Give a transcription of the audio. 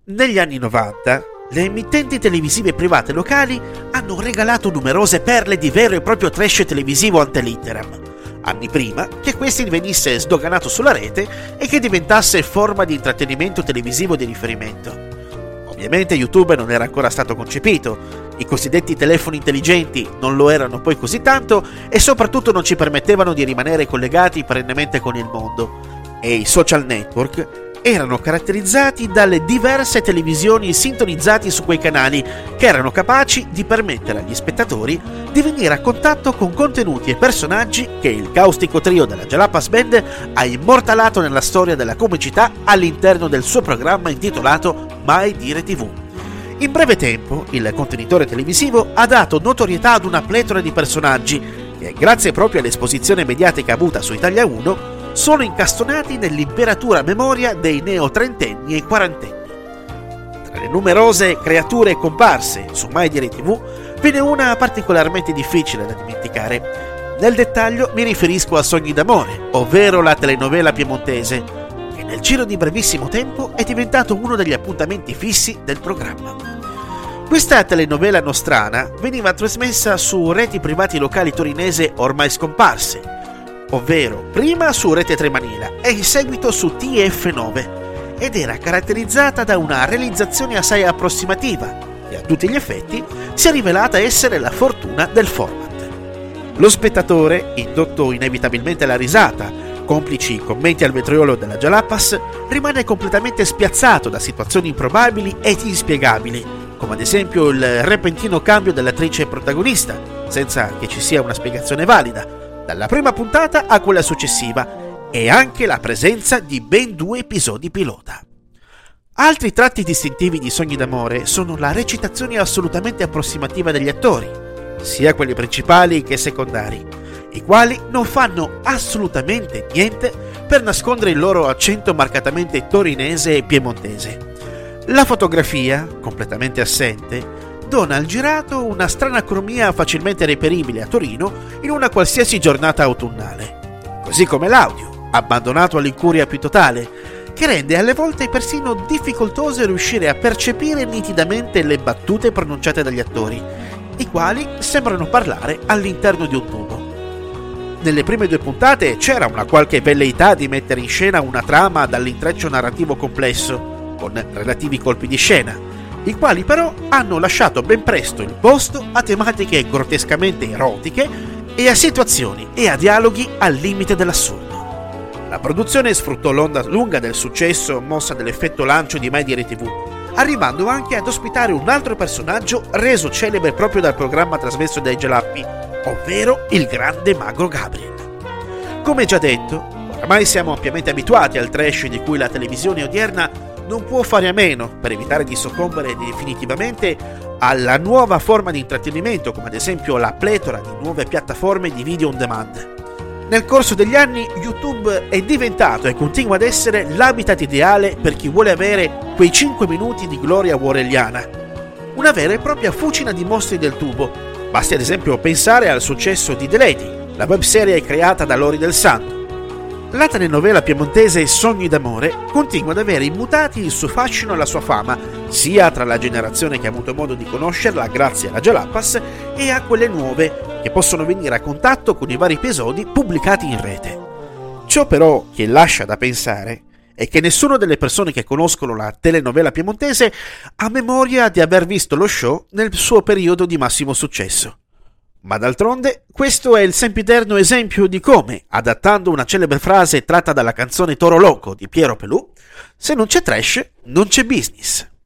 Negli anni 90, le emittenti televisive private locali hanno regalato numerose perle di vero e proprio trash televisivo ante litteram, anni prima che questi venisse sdoganato sulla rete e che diventasse forma di intrattenimento televisivo di riferimento. Ovviamente YouTube non era ancora stato concepito, i cosiddetti telefoni intelligenti non lo erano poi così tanto e soprattutto non ci permettevano di rimanere collegati perennemente con il mondo, e i social network erano caratterizzati dalle diverse televisioni sintonizzate su quei canali che erano capaci di permettere agli spettatori di venire a contatto con contenuti e personaggi che il caustico trio della Jalapas Band ha immortalato nella storia della comicità all'interno del suo programma intitolato Mai Dire TV. In breve tempo, il contenitore televisivo ha dato notorietà ad una pletora di personaggi che, grazie proprio all'esposizione mediatica avuta su Italia 1, sono incastonati nell'imperatura memoria dei neo-trentenni e quarantenni. Tra le numerose creature comparse su Mai Dire TV ve n'è una particolarmente difficile da dimenticare. Nel dettaglio mi riferisco a Sogni d'amore, ovvero la telenovela piemontese, che nel giro di brevissimo tempo è diventato uno degli appuntamenti fissi del programma. Questa telenovela nostrana veniva trasmessa su reti privati locali torinese ormai scomparse, ovvero prima su Rete 3 Manila e in seguito su TF9, ed era caratterizzata da una realizzazione assai approssimativa e a tutti gli effetti si è rivelata essere la fortuna del format. Lo spettatore, indotto inevitabilmente alla risata, complici i commenti al vetriolo della Jalapas, rimane completamente spiazzato da situazioni improbabili ed inspiegabili, come ad esempio il repentino cambio dell'attrice protagonista, senza che ci sia una spiegazione valida, dalla prima puntata a quella successiva, e anche la presenza di ben 2 episodi pilota. Altri tratti distintivi di Sogni d'amore sono la recitazione assolutamente approssimativa degli attori, sia quelli principali che secondari, i quali non fanno assolutamente niente per nascondere il loro accento marcatamente torinese e piemontese. La fotografia, completamente assente, dona al girato una strana cromia facilmente reperibile a Torino in una qualsiasi giornata autunnale, così come l'audio, abbandonato all'incuria più totale, che rende alle volte persino difficoltoso riuscire a percepire nitidamente le battute pronunciate dagli attori, i quali sembrano parlare all'interno di un tubo. Nelle prime 2 puntate c'era una qualche velleità di mettere in scena una trama dall'intreccio narrativo complesso, con relativi colpi di scena, i quali però hanno lasciato ben presto il posto a tematiche grottescamente erotiche e a situazioni e a dialoghi al limite dell'assurdo. La produzione sfruttò l'onda lunga del successo mossa dall'effetto lancio di Mai Dire TV, arrivando anche ad ospitare un altro personaggio reso celebre proprio dal programma trasmesso dai Jalappi, ovvero il grande magro Gabriel. Come già detto, oramai siamo ampiamente abituati al trash di cui la televisione odierna non può fare a meno per evitare di soccombere definitivamente alla nuova forma di intrattenimento, come ad esempio la pletora di nuove piattaforme di video on demand. Nel corso degli anni YouTube è diventato e continua ad essere l'habitat ideale per chi vuole avere quei 5 minuti di gloria wareliana, una vera e propria fucina di mostri del tubo. Basti ad esempio pensare al successo di The Lady, la webserie creata da Lori del Santo. La telenovela piemontese Sogni d'amore continua ad avere immutati il suo fascino e la sua fama, sia tra la generazione che ha avuto modo di conoscerla grazie alla Jalapas e a quelle nuove che possono venire a contatto con i vari episodi pubblicati in rete. Ciò però che lascia da pensare è che nessuna delle persone che conoscono la telenovela piemontese ha memoria di aver visto lo show nel suo periodo di massimo successo. Ma d'altronde, questo è il sempiterno esempio di come, adattando una celebre frase tratta dalla canzone Toro Loco di Piero Pelù, se non c'è trash, non c'è business.